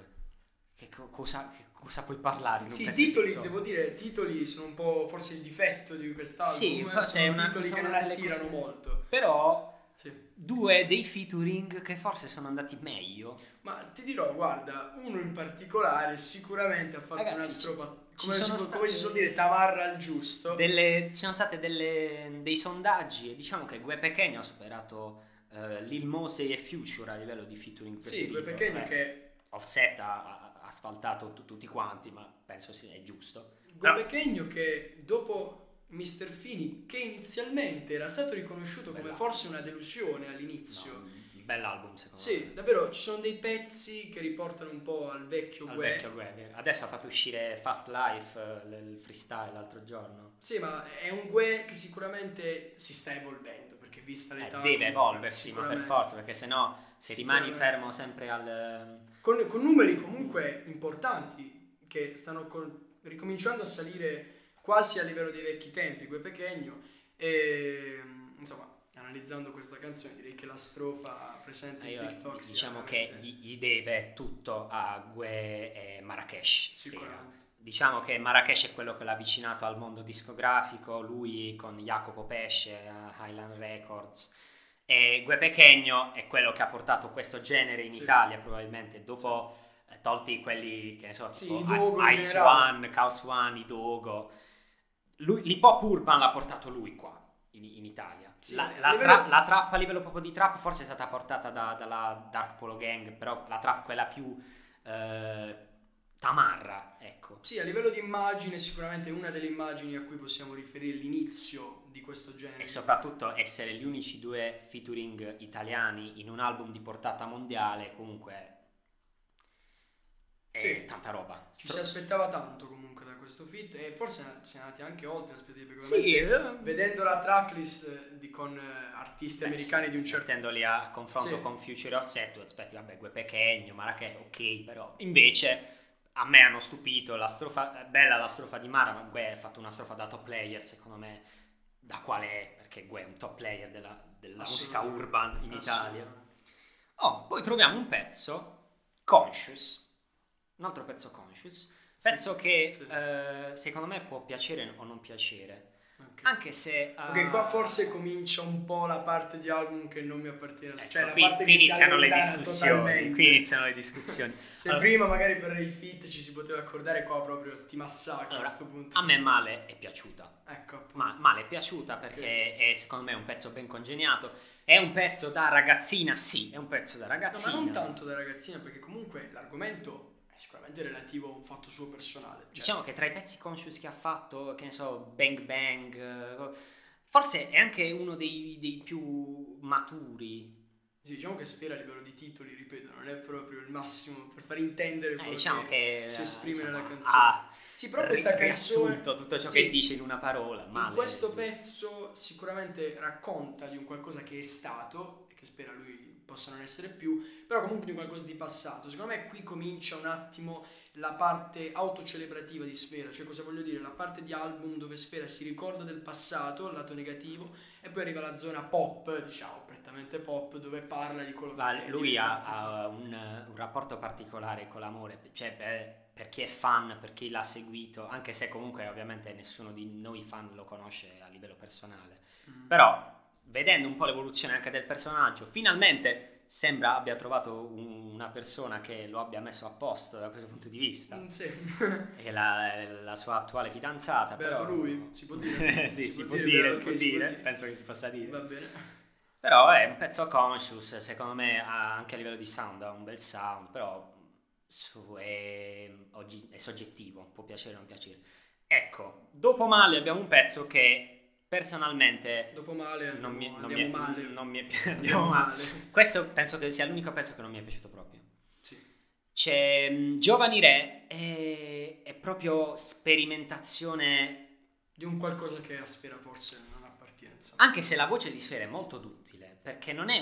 [SPEAKER 2] cosa puoi parlare in un
[SPEAKER 3] Sì, i
[SPEAKER 2] pezzo di
[SPEAKER 3] titoli,
[SPEAKER 2] TikTok?
[SPEAKER 3] devo dire, i titoli sono un po' forse il difetto di quest'album.
[SPEAKER 2] Sì, forse è
[SPEAKER 3] sono
[SPEAKER 2] una
[SPEAKER 3] titoli
[SPEAKER 2] sono
[SPEAKER 3] che non
[SPEAKER 2] una delle
[SPEAKER 3] attirano
[SPEAKER 2] cose-
[SPEAKER 3] molto.
[SPEAKER 2] Però
[SPEAKER 3] Sì.
[SPEAKER 2] 2 dei featuring che forse sono andati meglio.
[SPEAKER 3] Ma ti dirò, guarda, uno in particolare sicuramente ha fatto
[SPEAKER 2] Ragazzi,
[SPEAKER 3] una strofa,
[SPEAKER 2] ci
[SPEAKER 3] come
[SPEAKER 2] sono
[SPEAKER 3] come si suol
[SPEAKER 2] state-
[SPEAKER 3] dire, tamarra al giusto.
[SPEAKER 2] Ci sono stati dei sondaggi e diciamo che Gue Pequeno ha superato Lil Mosey e Future a livello di featuring
[SPEAKER 3] Sì,
[SPEAKER 2] preferito.
[SPEAKER 3] quel Pequeno che...
[SPEAKER 2] Offset ha asfaltato tutti quanti, ma penso sia giusto.
[SPEAKER 3] Gue Pequeno che dopo Mr. Fini, che inizialmente era stato riconosciuto come
[SPEAKER 2] Bella.
[SPEAKER 3] forse una delusione all'inizio.
[SPEAKER 2] No, un bell'album secondo me.
[SPEAKER 3] Sì, davvero, ci sono dei pezzi che riportano un po' al vecchio
[SPEAKER 2] Al
[SPEAKER 3] Gue.
[SPEAKER 2] vecchio Gue. Adesso ha fatto uscire Fast Life, il freestyle l'altro giorno.
[SPEAKER 3] Sì, ma è un Gue che sicuramente si sta evolvendo, perché vista l'età...
[SPEAKER 2] Deve
[SPEAKER 3] comunque,
[SPEAKER 2] evolversi, ma per
[SPEAKER 3] sicuramente.
[SPEAKER 2] forza, perché sennò se rimani
[SPEAKER 3] Sicuramente.
[SPEAKER 2] fermo sempre al...
[SPEAKER 3] Con numeri comunque importanti, che stanno ricominciando a salire quasi a livello dei vecchi tempi, Gue Pequeno, e insomma, analizzando questa canzone direi che la strofa presente in TikTok sia
[SPEAKER 2] diciamo che
[SPEAKER 3] veramente-
[SPEAKER 2] gli deve tutto a Gue e Marrakesh. Sfera.
[SPEAKER 3] Sicuramente.
[SPEAKER 2] Diciamo che Marrakesh è quello che l'ha avvicinato al mondo discografico, lui con Jacopo Pesce a Highland Records, e Gue Pequeno è quello che ha portato questo genere in
[SPEAKER 3] Sì.
[SPEAKER 2] Italia probabilmente, dopo tolti quelli che ne so,
[SPEAKER 3] Sì,
[SPEAKER 2] tipo
[SPEAKER 3] i Dogo in
[SPEAKER 2] Ice
[SPEAKER 3] generale.
[SPEAKER 2] One, Chaos One, i Dogo. L'hip hop urban l'ha portato lui qua in Italia.
[SPEAKER 3] Sì,
[SPEAKER 2] La
[SPEAKER 3] a livello-
[SPEAKER 2] trap a livello proprio di trap forse è stata portata dalla Dark Polo Gang, però la trap quella più tamarra, ecco.
[SPEAKER 3] Sì, a livello di immagine sicuramente è una delle immagini a cui possiamo riferire l'inizio di questo genere.
[SPEAKER 2] E soprattutto essere gli unici 2 featuring italiani in un album di portata mondiale comunque e
[SPEAKER 3] Sì.
[SPEAKER 2] tanta roba.
[SPEAKER 3] Ci si aspettava tanto comunque da questo feat e forse si è andati anche oltre aspettative, perché
[SPEAKER 2] Sì,
[SPEAKER 3] ovviamente vedendo la tracklist con artisti americani
[SPEAKER 2] sì,
[SPEAKER 3] di un certo...
[SPEAKER 2] mettendoli a confronto
[SPEAKER 3] Sì.
[SPEAKER 2] con Future Offset, tu aspetti, vabbè, Gue Pequeno, Marrakech, ok, però invece a me hanno stupito la strofa, è bella la strofa di Mara, ma Gue ha fatto una strofa da top player, secondo me, da quale è, perché Gue è un top player della musica urban in Italia. Oh, poi troviamo un pezzo, Conscious, un altro pezzo Conscious, pezzo che secondo me può piacere o non piacere. Anche se
[SPEAKER 3] ok, qua forse comincia un po' la parte di album che non mi appartiene,
[SPEAKER 2] ecco,
[SPEAKER 3] cioè la
[SPEAKER 2] qui
[SPEAKER 3] parte che
[SPEAKER 2] iniziano
[SPEAKER 3] si
[SPEAKER 2] le
[SPEAKER 3] allontana
[SPEAKER 2] discussioni.
[SPEAKER 3] totalmente.
[SPEAKER 2] Qui iniziano le discussioni.
[SPEAKER 3] Se
[SPEAKER 2] Allora,
[SPEAKER 3] prima magari per i feat ci si poteva accordare, qua proprio ti massacra
[SPEAKER 2] allora,
[SPEAKER 3] a questo punto.
[SPEAKER 2] a me Male è piaciuta.
[SPEAKER 3] Ecco, appunto.
[SPEAKER 2] Male è piaciuta perché è secondo me un pezzo ben congegnato. È un pezzo da ragazzina, sì, è un pezzo da ragazzina.
[SPEAKER 3] No, ma non tanto da ragazzina, perché comunque l'argomento è sicuramente relativo a un fatto suo personale. Cioè,
[SPEAKER 2] diciamo che tra i pezzi conscious che ha fatto, che ne so, Bang Bang, forse è anche uno dei più maturi.
[SPEAKER 3] sì, diciamo che Sfera a livello di titoli, ripeto, non è proprio il massimo per far intendere quello
[SPEAKER 2] Diciamo che
[SPEAKER 3] si esprime
[SPEAKER 2] diciamo,
[SPEAKER 3] nella canzone. Sì, però questa canzone...
[SPEAKER 2] riassunto tutto ciò
[SPEAKER 3] sì,
[SPEAKER 2] che dice in una parola. Male,
[SPEAKER 3] in questo pezzo sicuramente racconta di un qualcosa che è stato, e che spera lui possa non essere più, però comunque di un qualcosa di passato. Secondo me qui comincia un attimo la parte autocelebrativa di Sfera, cioè cosa voglio dire? La parte di album dove Sfera si ricorda del passato, il lato negativo, e poi arriva la zona pop, diciamo, prettamente pop, dove parla di quello che è
[SPEAKER 2] lui
[SPEAKER 3] diventato,
[SPEAKER 2] ha un rapporto particolare con l'amore, cioè per chi è fan, per chi l'ha seguito, anche se comunque ovviamente nessuno di noi fan lo conosce a livello personale, però vedendo un po' l'evoluzione anche del personaggio, finalmente sembra abbia trovato una persona che lo abbia messo a posto da questo punto di vista.
[SPEAKER 3] Sì.
[SPEAKER 2] È la sua attuale fidanzata.
[SPEAKER 3] Beato
[SPEAKER 2] però...
[SPEAKER 3] lui, si può dire.
[SPEAKER 2] sì, si può
[SPEAKER 3] beato,
[SPEAKER 2] dire, penso che si possa dire.
[SPEAKER 3] Va bene.
[SPEAKER 2] Però è un pezzo conscious, secondo me anche a livello di sound ha un bel sound, però è soggettivo, può piacere o non piacere. Ecco, dopo Male abbiamo un pezzo che personalmente
[SPEAKER 3] dopo Male
[SPEAKER 2] andiamo male. Questo penso che sia l'unico pezzo che non mi è piaciuto proprio.
[SPEAKER 3] Sì.
[SPEAKER 2] C'è Giovani Re, è proprio sperimentazione
[SPEAKER 3] di un qualcosa che a Sfera forse non appartiene.
[SPEAKER 2] Anche se la voce di Sfera è molto duttile, perché non è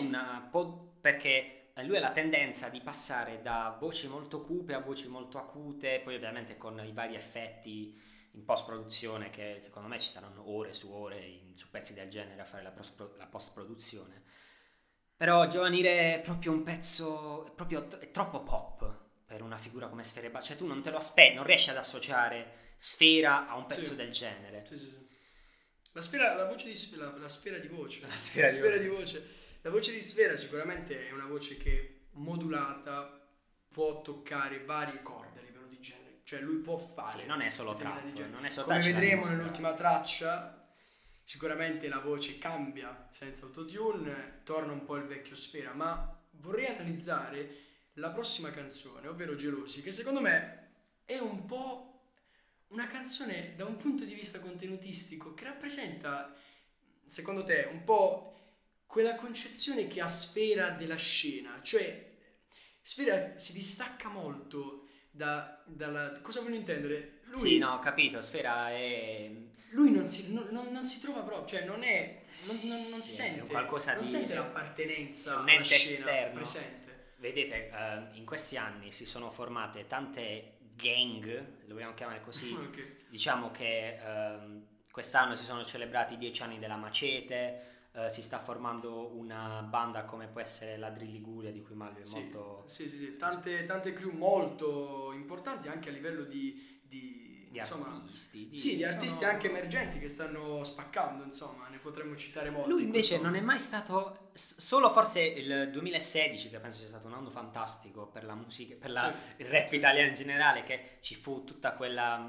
[SPEAKER 2] perché lui ha la tendenza di passare da voci molto cupe a voci molto acute, poi ovviamente con i vari effetti in post-produzione, che secondo me ci saranno ore su ore su pezzi del genere a fare la post-produzione. Però Giovani Re è proprio un pezzo, è troppo pop per una figura come Sfera, cioè tu non te lo aspetti, non riesci ad associare Sfera a un pezzo del genere.
[SPEAKER 3] Sì. La voce di Sfera, la sfera di voce.
[SPEAKER 2] La sfera di
[SPEAKER 3] voce. La voce di Sfera sicuramente è una voce che modulata può toccare varie corde a livello di genere. Cioè lui può fare.
[SPEAKER 2] Sì, non è solo trap, non è solo
[SPEAKER 3] come vedremo nell'ultima traccia, sicuramente la voce cambia senza autotune, torna un po' il vecchio Sfera, ma vorrei analizzare la prossima canzone, ovvero Gelosi, che secondo me è un po' una canzone da un punto di vista contenutistico che rappresenta, secondo te, un po' quella concezione che ha Sfera della scena, cioè Sfera si distacca molto dalla... Cosa voglio intendere? Lui,
[SPEAKER 2] sì, no, ho capito, Sfera è...
[SPEAKER 3] Lui non si trova proprio, cioè non si sente,
[SPEAKER 2] qualcosa
[SPEAKER 3] non sente l'appartenenza
[SPEAKER 2] un ente
[SPEAKER 3] alla scena
[SPEAKER 2] esterno
[SPEAKER 3] presente.
[SPEAKER 2] Vedete, in questi anni si sono formate tante gang, se lo vogliamo chiamare così.
[SPEAKER 3] Okay.
[SPEAKER 2] Diciamo che quest'anno si sono celebrati 10 anni della Macete, si sta formando una banda come può essere la Drill Liguria, di cui Mario è molto...
[SPEAKER 3] Sì, tante crew molto importanti anche a livello di
[SPEAKER 2] artisti.
[SPEAKER 3] Di artisti anche emergenti che stanno spaccando, insomma, ne potremmo citare molti.
[SPEAKER 2] Lui invece non è mai stato, solo forse il 2016, che penso sia stato un anno fantastico per la musica, per il rap italiano in generale, che ci fu tutta quella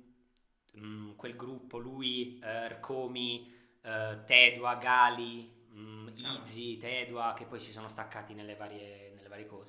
[SPEAKER 2] quel gruppo, lui, Rcomi, Tedua, Gali, Izzy, Tedua, che poi si sono staccati nelle varie cose.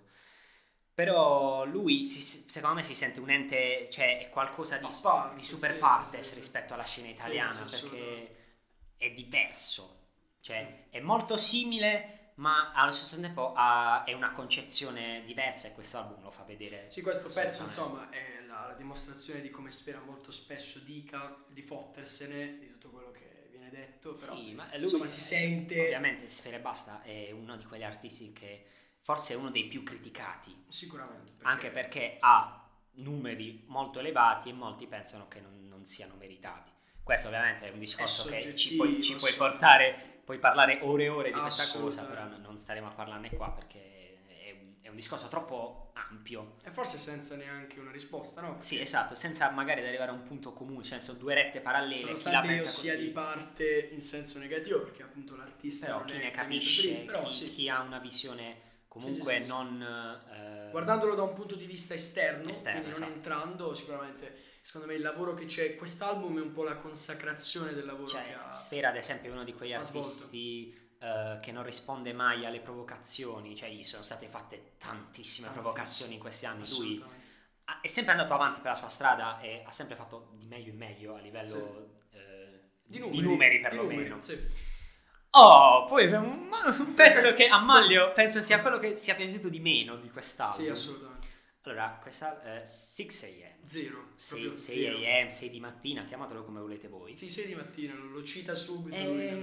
[SPEAKER 2] Però lui secondo me si sente un ente, cioè è qualcosa di super partes rispetto alla scena italiana, perché è diverso, cioè è molto simile ma allo stesso tempo è una concezione diversa, e questo album lo fa vedere.
[SPEAKER 3] Sì, questo pezzo
[SPEAKER 2] assolutamente.
[SPEAKER 3] insomma è la dimostrazione di come Sfera molto spesso dica di fottersene di tutto quello che viene detto, però
[SPEAKER 2] Sì, ma lui,
[SPEAKER 3] insomma si sente
[SPEAKER 2] ovviamente Sfera Ebbasta è uno di quegli artisti che forse è uno dei più criticati,
[SPEAKER 3] sicuramente.
[SPEAKER 2] anche perché ha numeri molto elevati e molti pensano che non siano meritati. Questo ovviamente è un discorso che ci puoi portare, puoi parlare ore e ore di questa cosa, però non staremo a parlarne qua perché è un discorso troppo ampio.
[SPEAKER 3] E forse senza neanche una risposta, no?
[SPEAKER 2] Sì, esatto, senza magari arrivare a un punto comune, cioè sono due rette parallele.
[SPEAKER 3] Nonostante io sia
[SPEAKER 2] così,
[SPEAKER 3] di parte in senso negativo, perché appunto l'artista
[SPEAKER 2] però
[SPEAKER 3] non
[SPEAKER 2] chi
[SPEAKER 3] è
[SPEAKER 2] ne
[SPEAKER 3] tra i miei
[SPEAKER 2] capisce,
[SPEAKER 3] preferiti, però
[SPEAKER 2] chi ha una visione comunque
[SPEAKER 3] sì.
[SPEAKER 2] non...
[SPEAKER 3] Guardandolo da un punto di vista esterno, quindi non
[SPEAKER 2] esatto.
[SPEAKER 3] entrando, sicuramente secondo me il lavoro che c'è, quest'album è un po' la consacrazione del lavoro
[SPEAKER 2] Cioè,
[SPEAKER 3] che ha.
[SPEAKER 2] Sfera ad esempio è uno di quegli
[SPEAKER 3] ha
[SPEAKER 2] artisti che non risponde mai alle provocazioni, cioè gli sono state fatte tantissime provocazioni in questi anni. Lui è sempre andato avanti per la sua strada e ha sempre fatto di meglio in meglio a livello di numeri perlomeno.
[SPEAKER 3] Sì.
[SPEAKER 2] Oh, poi un pezzo che a Maglio penso sia quello che sia piaciuto di meno di quest'album.
[SPEAKER 3] Sì, assolutamente.
[SPEAKER 2] Allora, questa 6 a.m.
[SPEAKER 3] Zero.
[SPEAKER 2] 6 a.m., 6 di mattina, chiamatelo come volete voi.
[SPEAKER 3] Sì, 6 di mattina, lo cita subito.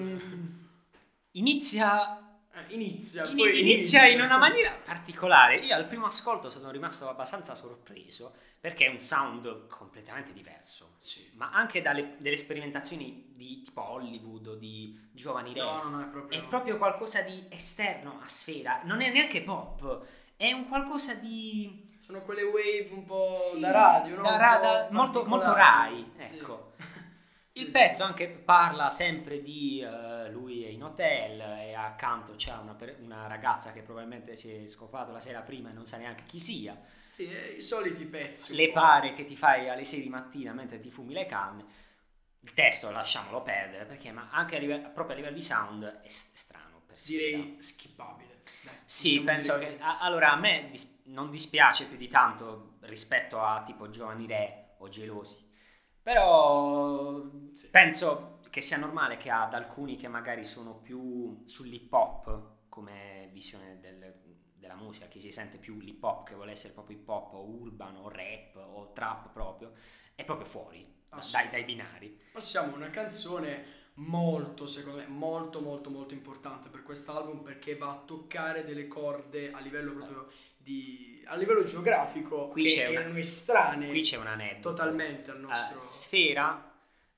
[SPEAKER 2] Inizia
[SPEAKER 3] Inizia
[SPEAKER 2] in una maniera particolare. Io al primo ascolto sono rimasto abbastanza sorpreso perché è un sound completamente diverso.
[SPEAKER 3] Sì.
[SPEAKER 2] Ma anche delle sperimentazioni di tipo Hollywood o di giovani re.
[SPEAKER 3] No,
[SPEAKER 2] è proprio qualcosa di esterno a Sfera. Non è neanche pop, è un qualcosa di...
[SPEAKER 3] Sono quelle wave un po'
[SPEAKER 2] Sì,
[SPEAKER 3] da radio, no?
[SPEAKER 2] molto Rai,
[SPEAKER 3] Sì.
[SPEAKER 2] ecco. Il
[SPEAKER 3] Sì,
[SPEAKER 2] pezzo anche parla sempre di lui è in hotel e accanto c'è una ragazza che probabilmente si è scopato la sera prima e non sa neanche chi sia.
[SPEAKER 3] Sì, i soliti pezzi.
[SPEAKER 2] Le pare che ti fai alle 6 di mattina mentre ti fumi le canne. Il testo lasciamolo perdere perché ma anche proprio a livello di sound è strano.
[SPEAKER 3] Direi skippabile. Dai,
[SPEAKER 2] sì, penso che allora a me non dispiace più di tanto rispetto a tipo Giovani Re o Gelosi. Però sì, penso che sia normale che ad alcuni che magari sono più sull'hip hop come visione della musica, chi si sente più l'hip hop che vuole essere proprio hip hop o urban o rap o trap proprio, è proprio fuori dai binari.
[SPEAKER 3] Passiamo a una canzone molto, secondo me, molto importante per quest'album perché va a toccare delle corde a livello proprio a livello geografico
[SPEAKER 2] qui
[SPEAKER 3] che erano estranee.
[SPEAKER 2] Qui c'è un aneddoto
[SPEAKER 3] totalmente al nostro
[SPEAKER 2] Sfera.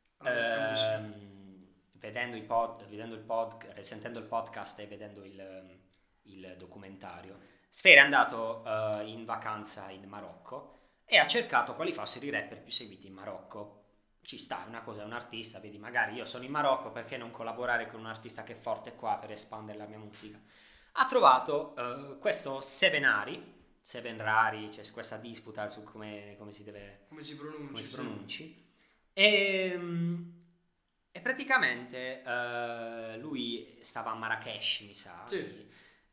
[SPEAKER 2] Sentendo il podcast e vedendo il documentario, Sfera è andato in vacanza in Marocco e ha cercato quali fossero i rapper più seguiti in Marocco. Ci sta, è una cosa, è un artista, vedi, magari io sono in Marocco, perché non collaborare con un artista che è forte qua per espandere la mia musica? Ha trovato questo Seven Rari, c'è questa disputa su come si pronunci. E praticamente lui stava a Marrakesh, mi sa.
[SPEAKER 3] Sì.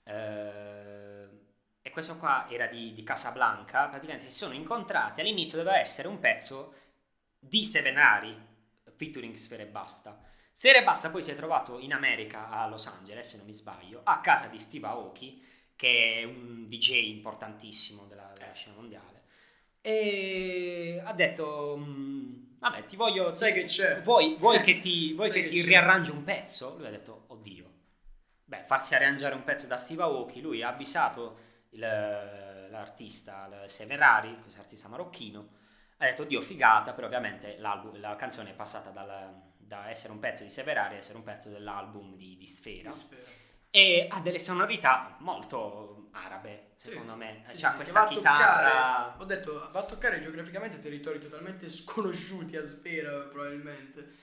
[SPEAKER 2] E questo qua era di Casablanca. Praticamente si sono incontrati. All'inizio doveva essere un pezzo di Seven Rari featuring Sfera Ebbasta. Sfera Ebbasta poi si è trovato in America, a Los Angeles, se non mi sbaglio, a casa di Steve Aoki, che è un DJ importantissimo della scena mondiale, e ha detto vabbè, ti voglio,
[SPEAKER 3] sai che c'è,
[SPEAKER 2] vuoi che ti riarrangi un pezzo? Lui ha detto oddio, farsi arrangiare un pezzo da Steve Aoki. Lui ha avvisato l'artista Seven Rari, questo artista marocchino, ha detto oddio figata, però ovviamente la canzone è passata da essere un pezzo di Seven Rari a essere un pezzo dell'album di Sfera. E ha delle sonorità molto arabe, secondo me. C'ha questa chitarra.
[SPEAKER 3] Ho detto, va a toccare geograficamente territori totalmente sconosciuti a Sfera, probabilmente.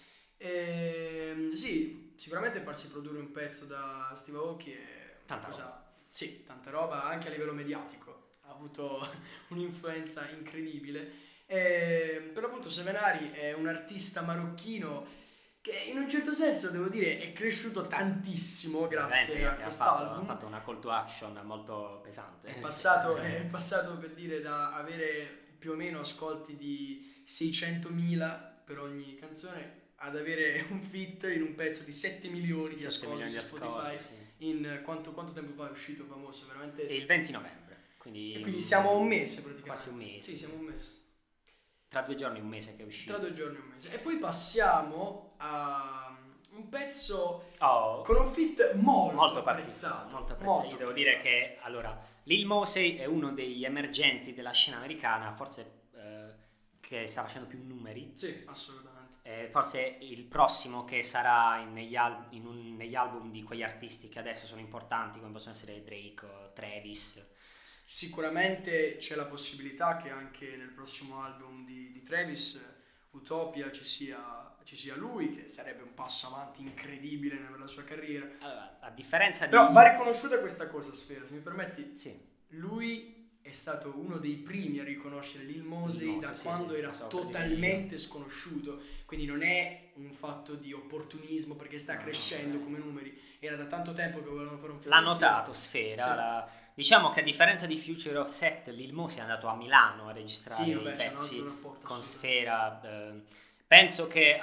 [SPEAKER 3] Sì, sicuramente farsi produrre un pezzo da Steve Aoki è
[SPEAKER 2] tanta roba.
[SPEAKER 3] Sì, tanta roba anche a livello mediatico. Ha avuto un'influenza incredibile. Per l'appunto Sevenari è un artista marocchino che in un certo senso devo dire è cresciuto tantissimo grazie a quest'album.
[SPEAKER 2] Ha fatto una call to action molto pesante.
[SPEAKER 3] È passato per dire da avere più o meno ascolti di 600.000 per ogni canzone ad avere un feat in un pezzo di 7 milioni di ascolti su Spotify.
[SPEAKER 2] Sì.
[SPEAKER 3] quanto tempo fa è uscito Famoso? Veramente...
[SPEAKER 2] Il 20 novembre,
[SPEAKER 3] E quindi siamo a un mese praticamente.
[SPEAKER 2] Quasi un mese.
[SPEAKER 3] Sì, siamo un mese.
[SPEAKER 2] Tra 2 giorni un mese che è uscito.
[SPEAKER 3] Tra 2 giorni e un mese. E poi passiamo a un pezzo
[SPEAKER 2] Oh,
[SPEAKER 3] con un feat molto
[SPEAKER 2] apprezzato.
[SPEAKER 3] apprezzato.
[SPEAKER 2] Io devo dire che, allora, Lil Mosey è uno degli emergenti della scena americana, forse che sta facendo più numeri.
[SPEAKER 3] Sì, assolutamente.
[SPEAKER 2] Forse il prossimo che sarà negli album di quegli artisti che adesso sono importanti, come possono essere Drake o Travis.
[SPEAKER 3] Sicuramente c'è la possibilità che anche nel prossimo album di Travis, Utopia, ci sia lui, che sarebbe un passo avanti incredibile per la sua carriera.
[SPEAKER 2] Allora, a differenza di...
[SPEAKER 3] Però va riconosciuta questa cosa, Sfera, se mi permetti.
[SPEAKER 2] Sì.
[SPEAKER 3] Lui è stato uno dei primi a riconoscere Lil Mosey da
[SPEAKER 2] sì,
[SPEAKER 3] quando
[SPEAKER 2] sì,
[SPEAKER 3] era totalmente sconosciuto, quindi non è un fatto di opportunismo perché sta crescendo come numeri, era da tanto tempo che volevano fare un film.
[SPEAKER 2] L'ha notato Sfera,
[SPEAKER 3] sì.
[SPEAKER 2] Diciamo che a differenza di Future of Set, Lil Mosey è andato a Milano a registrare i pezzi con Sfera. Penso che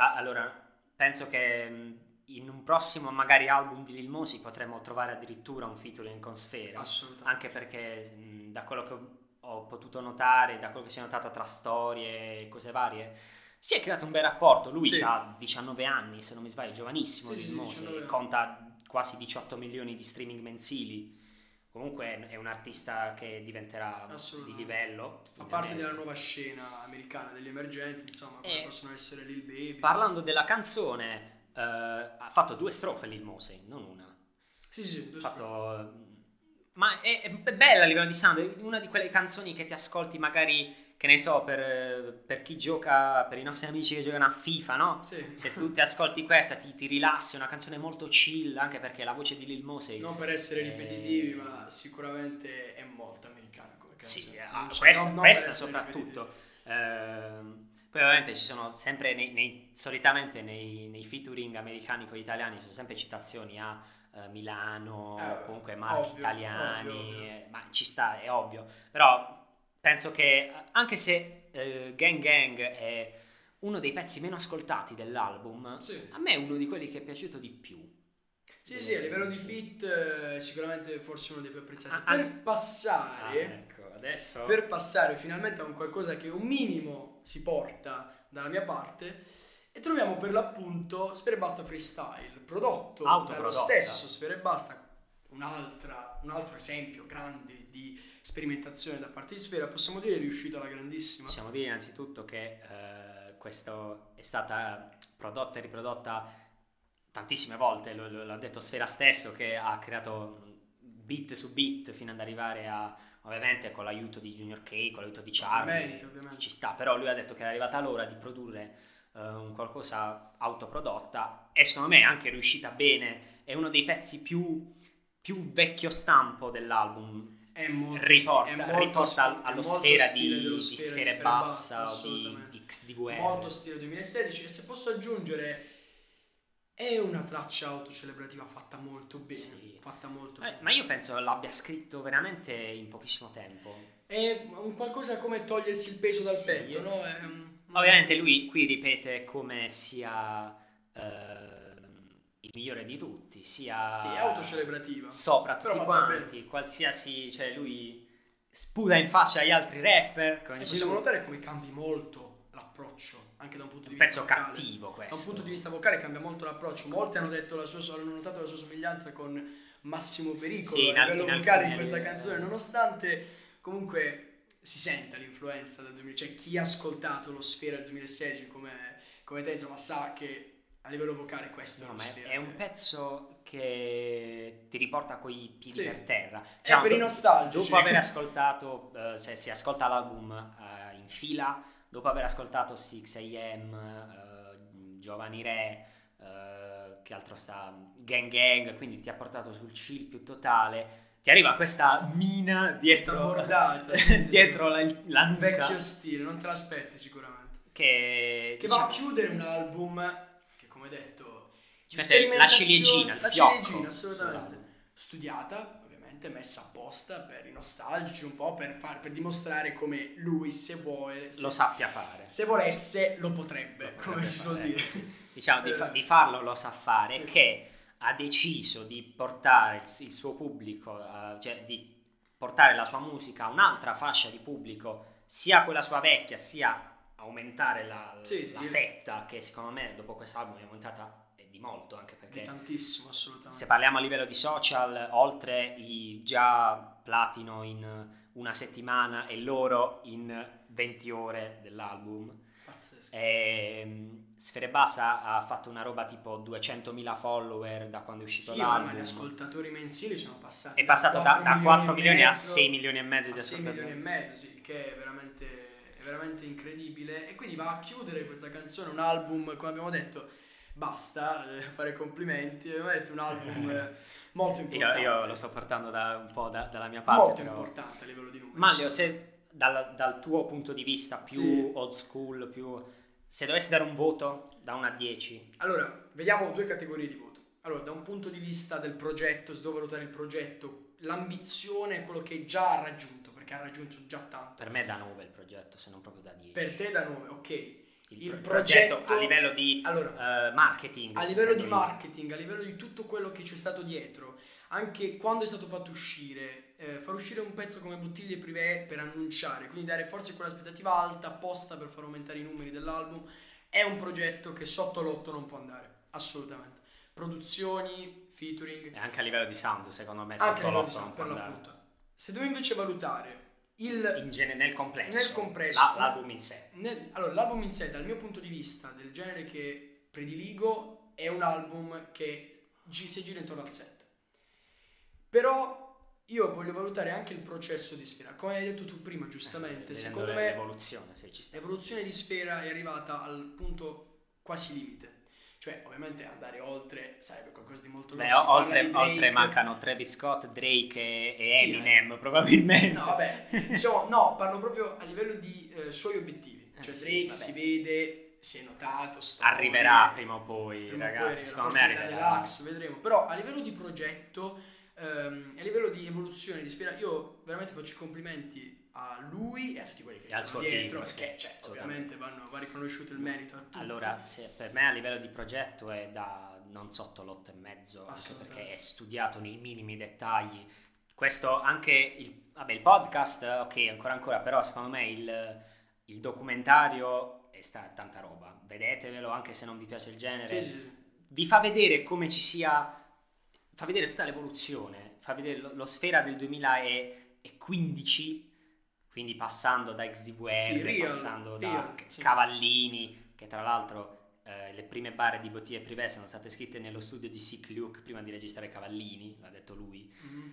[SPEAKER 2] in un prossimo magari album di Lil Mosey potremmo trovare addirittura un featuring con Sfera, anche perché da quello che ho potuto notare, da quello che si è notato tra storie e cose varie, si è creato un bel rapporto. Lui ha 19 anni, se non mi sbaglio, giovanissimo. Lil Mosey conta quasi 18 milioni di streaming mensili. Comunque è un artista che diventerà di livello.
[SPEAKER 3] Fa parte della nuova scena americana degli emergenti, insomma, come possono essere Lil Baby.
[SPEAKER 2] Parlando della canzone, ha fatto 2 strofe Lil Mosey, non una.
[SPEAKER 3] Sì, 2 strofe.
[SPEAKER 2] Ma è bella a livello di sound, è una di quelle canzoni che ti ascolti magari, che ne so, per chi gioca, per i nostri amici che giocano a FIFA, no?
[SPEAKER 3] Sì.
[SPEAKER 2] Se tu ti ascolti questa ti rilassi, è una canzone molto chill, anche perché la voce di Lil Mosey...
[SPEAKER 3] Non per essere ripetitivi, ma sicuramente è molto americana come canzone.
[SPEAKER 2] Sì, questa soprattutto. Poi ovviamente ci sono sempre, solitamente nei featuring americani con gli italiani, ci sono sempre citazioni a Milano, comunque marchi italiani,
[SPEAKER 3] ovvio.
[SPEAKER 2] ma ci sta, è ovvio. Però penso che anche se Gang Gang è uno dei pezzi meno ascoltati dell'album, a me è uno di quelli che è piaciuto di più.
[SPEAKER 3] Sì, a livello di feat sicuramente forse uno dei più apprezzati. Per passare finalmente a un qualcosa che un minimo si porta dalla mia parte, e troviamo per l'appunto Sfera Ebbasta Freestyle, prodotto dallo stesso Sfera Ebbasta, un altro esempio grande di sperimentazione da parte di Sfera. Possiamo dire riuscito alla grandissima.
[SPEAKER 2] Possiamo dire innanzitutto che questo è stata prodotta e riprodotta tantissime volte, l'ha detto Sfera stesso, che ha creato beat su beat fino ad arrivare a, ovviamente con l'aiuto di Junior K, con l'aiuto di Charlie, ovviamente. Ci sta, però lui ha detto che era arrivata l'ora di produrre un qualcosa autoprodotta, e secondo me è anche riuscita bene. È uno dei pezzi più vecchio stampo dell'album. Riporta allo Sfera di Sfera Ebbasta o di XDVR.
[SPEAKER 3] Molto stile 2016, e se posso aggiungere è una traccia autocelebrativa fatta molto bene,
[SPEAKER 2] ma io penso l'abbia scritto veramente in pochissimo tempo.
[SPEAKER 3] È un qualcosa come togliersi il peso dal petto, no?
[SPEAKER 2] Ovviamente lui qui ripete come sia il migliore di tutti, sia
[SPEAKER 3] è autocelebrativa
[SPEAKER 2] sopra tutti quanti, qualsiasi, cioè lui sputa in faccia agli altri rapper.
[SPEAKER 3] E possiamo notare come cambi molto l'approccio, anche da un punto di
[SPEAKER 2] vista
[SPEAKER 3] vocale.
[SPEAKER 2] Cattivo questo.
[SPEAKER 3] Da un punto di vista vocale cambia molto l'approccio. Molti hanno notato la sua somiglianza con Massimo Pericolo a livello vocale in questa canzone, nonostante comunque si senta l'influenza del 2000, cioè chi ha ascoltato lo Sfera del 2016 come te, insomma, sa che a livello vocale questo
[SPEAKER 2] è un pezzo che ti riporta coi piedi per terra.
[SPEAKER 3] È per i nostalgici.
[SPEAKER 2] Dopo aver ascoltato, se si ascolta l'album in fila, dopo aver ascoltato 6 AM, Giovani Re, che altro sta, Gang Gang, quindi ti ha portato sul chill più totale. Ti arriva questa mina dietro,
[SPEAKER 3] bordata,
[SPEAKER 2] dietro la nuca.
[SPEAKER 3] Vecchio stile, non te l'aspetti sicuramente.
[SPEAKER 2] Che
[SPEAKER 3] va a chiudere un album che, come detto,
[SPEAKER 2] la ciliegina, il fiocco,
[SPEAKER 3] assolutamente. Studiata, ovviamente, messa apposta per i nostalgici, un po' per dimostrare come lui, se vuole,
[SPEAKER 2] lo sappia fare.
[SPEAKER 3] Se volesse, lo potrebbe, come si suol dire.
[SPEAKER 2] Diciamo, di farlo lo sa fare, che ha deciso di portare il suo pubblico, cioè di portare la sua musica a un'altra fascia di pubblico, sia quella sua vecchia, sia aumentare la fetta, che secondo me dopo quest'album è aumentata di molto, anche perché
[SPEAKER 3] di tantissimo, assolutamente.
[SPEAKER 2] Se parliamo a livello di social, oltre i già platino in una settimana e loro in 20 ore dell'album,
[SPEAKER 3] pazzesco.
[SPEAKER 2] Sfera Ebbasta ha fatto una roba tipo 200.000 follower da quando è uscito l'album.
[SPEAKER 3] Ma gli ascoltatori mensili sono passati.
[SPEAKER 2] È passato da 4 milioni a 6 milioni e mezzo di ascoltatori.
[SPEAKER 3] 6 milioni e mezzo, sì, che è veramente incredibile. E quindi va a chiudere questa canzone, un album, come abbiamo detto, basta fare complimenti. Abbiamo detto un album molto importante.
[SPEAKER 2] Io lo sto portando un po' dalla mia parte.
[SPEAKER 3] Molto importante a livello di numeri.
[SPEAKER 2] Maglio, se dal tuo punto di vista più old school, se dovessi dare un voto da 1 a 10.
[SPEAKER 3] Allora, vediamo 2 categorie di voto. Allora, da un punto di vista del progetto, se devo valutare il progetto, l'ambizione è quello che già ha raggiunto, perché ha raggiunto già tanto.
[SPEAKER 2] Per me è da 9 il progetto, se non proprio da 10.
[SPEAKER 3] Per te da 9, ok.
[SPEAKER 2] Il progetto a livello di marketing.
[SPEAKER 3] A livello di marketing, a livello di tutto quello che c'è stato dietro, anche quando è stato fatto uscire, far uscire un pezzo come Bottiglie Privé per annunciare, quindi dare forse quell'aspettativa alta apposta per far aumentare i numeri dell'album, è un progetto che sotto l'8 non può andare, assolutamente. Produzioni, featuring.
[SPEAKER 2] E anche a livello di sound, secondo me,
[SPEAKER 3] anche
[SPEAKER 2] sotto l'8
[SPEAKER 3] non può andare. Se devo invece valutare
[SPEAKER 2] nel complesso, l'album in sé.
[SPEAKER 3] Allora, l'album in sé, dal mio punto di vista, del genere che prediligo, è un album che si gira intorno al 7. Però io voglio valutare anche il processo di Sfera. Come hai detto tu prima, giustamente, secondo me l'evoluzione di Sfera è arrivata al punto quasi limite. Cioè, ovviamente andare oltre sarebbe qualcosa di molto grosso.
[SPEAKER 2] Oltre mancano Travis Scott, Drake e Eminem, probabilmente.
[SPEAKER 3] No, vabbè, diciamo, no, parlo proprio a livello di suoi obiettivi. Cioè, Drake si vede, si è notato,
[SPEAKER 2] arriverà prima o poi, ragazzi, secondo me arriverà.
[SPEAKER 3] Deluxe, vedremo. Però a livello di progetto, a livello di evoluzione di Sfera, io veramente faccio i complimenti a lui e a tutti quelli che stanno dietro, perché ovviamente va riconosciuto il merito a tutti.
[SPEAKER 2] Allora, per me a livello di progetto è da non sotto l'8,5, anche perché è studiato nei minimi dettagli. Questo anche il podcast, ok, ancora, però secondo me il documentario è tanta roba. Vedetevelo, anche se non vi piace il genere.
[SPEAKER 3] Sì.
[SPEAKER 2] Vi fa vedere come ci sia, fa vedere tutta l'evoluzione, fa vedere lo Sfera del 2015, quindi passando da XDVR, passando da Cavallini, che tra l'altro le prime barre di Bottiglie Privé sono state scritte nello studio di Sick Luke prima di registrare Cavallini, l'ha detto lui.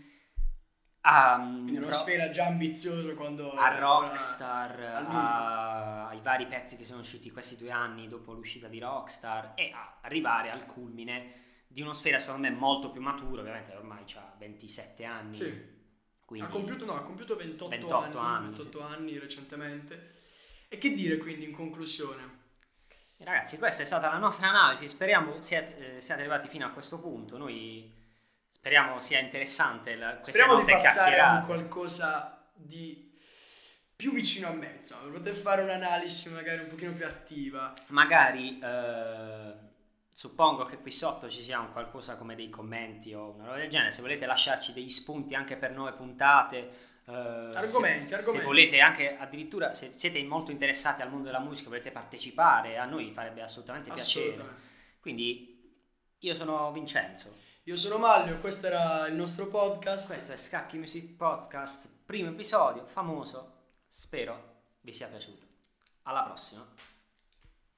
[SPEAKER 3] Quindi una Sfera già ambizioso quando
[SPEAKER 2] a Rockstar, ai vari pezzi che sono usciti questi 2 anni dopo l'uscita di Rockstar, e a arrivare al culmine di uno Sfera secondo me molto più maturo. Ovviamente ormai ha 27 anni.
[SPEAKER 3] Sì.
[SPEAKER 2] Quindi
[SPEAKER 3] ha compiuto 28 anni recentemente. E che dire quindi in conclusione?
[SPEAKER 2] Ragazzi, questa è stata la nostra analisi, speriamo siate arrivati fino a questo punto. Noi speriamo sia interessante queste nostre chiacchierate.
[SPEAKER 3] Speriamo di passare a qualcosa di più vicino a me, insomma, per poter fare un'analisi magari un pochino più attiva.
[SPEAKER 2] Magari suppongo che qui sotto ci sia un qualcosa come dei commenti o una roba del genere. Se volete lasciarci degli spunti anche per nuove puntate,
[SPEAKER 3] argomenti.
[SPEAKER 2] Se volete anche, addirittura se siete molto interessati al mondo della musica, volete partecipare, a noi farebbe assolutamente piacere. Quindi io sono Vincenzo,
[SPEAKER 3] io sono Maglio, questo era il nostro podcast.
[SPEAKER 2] Questo è Scacchi Music Podcast, primo episodio, famoso. Spero vi sia piaciuto. Alla prossima.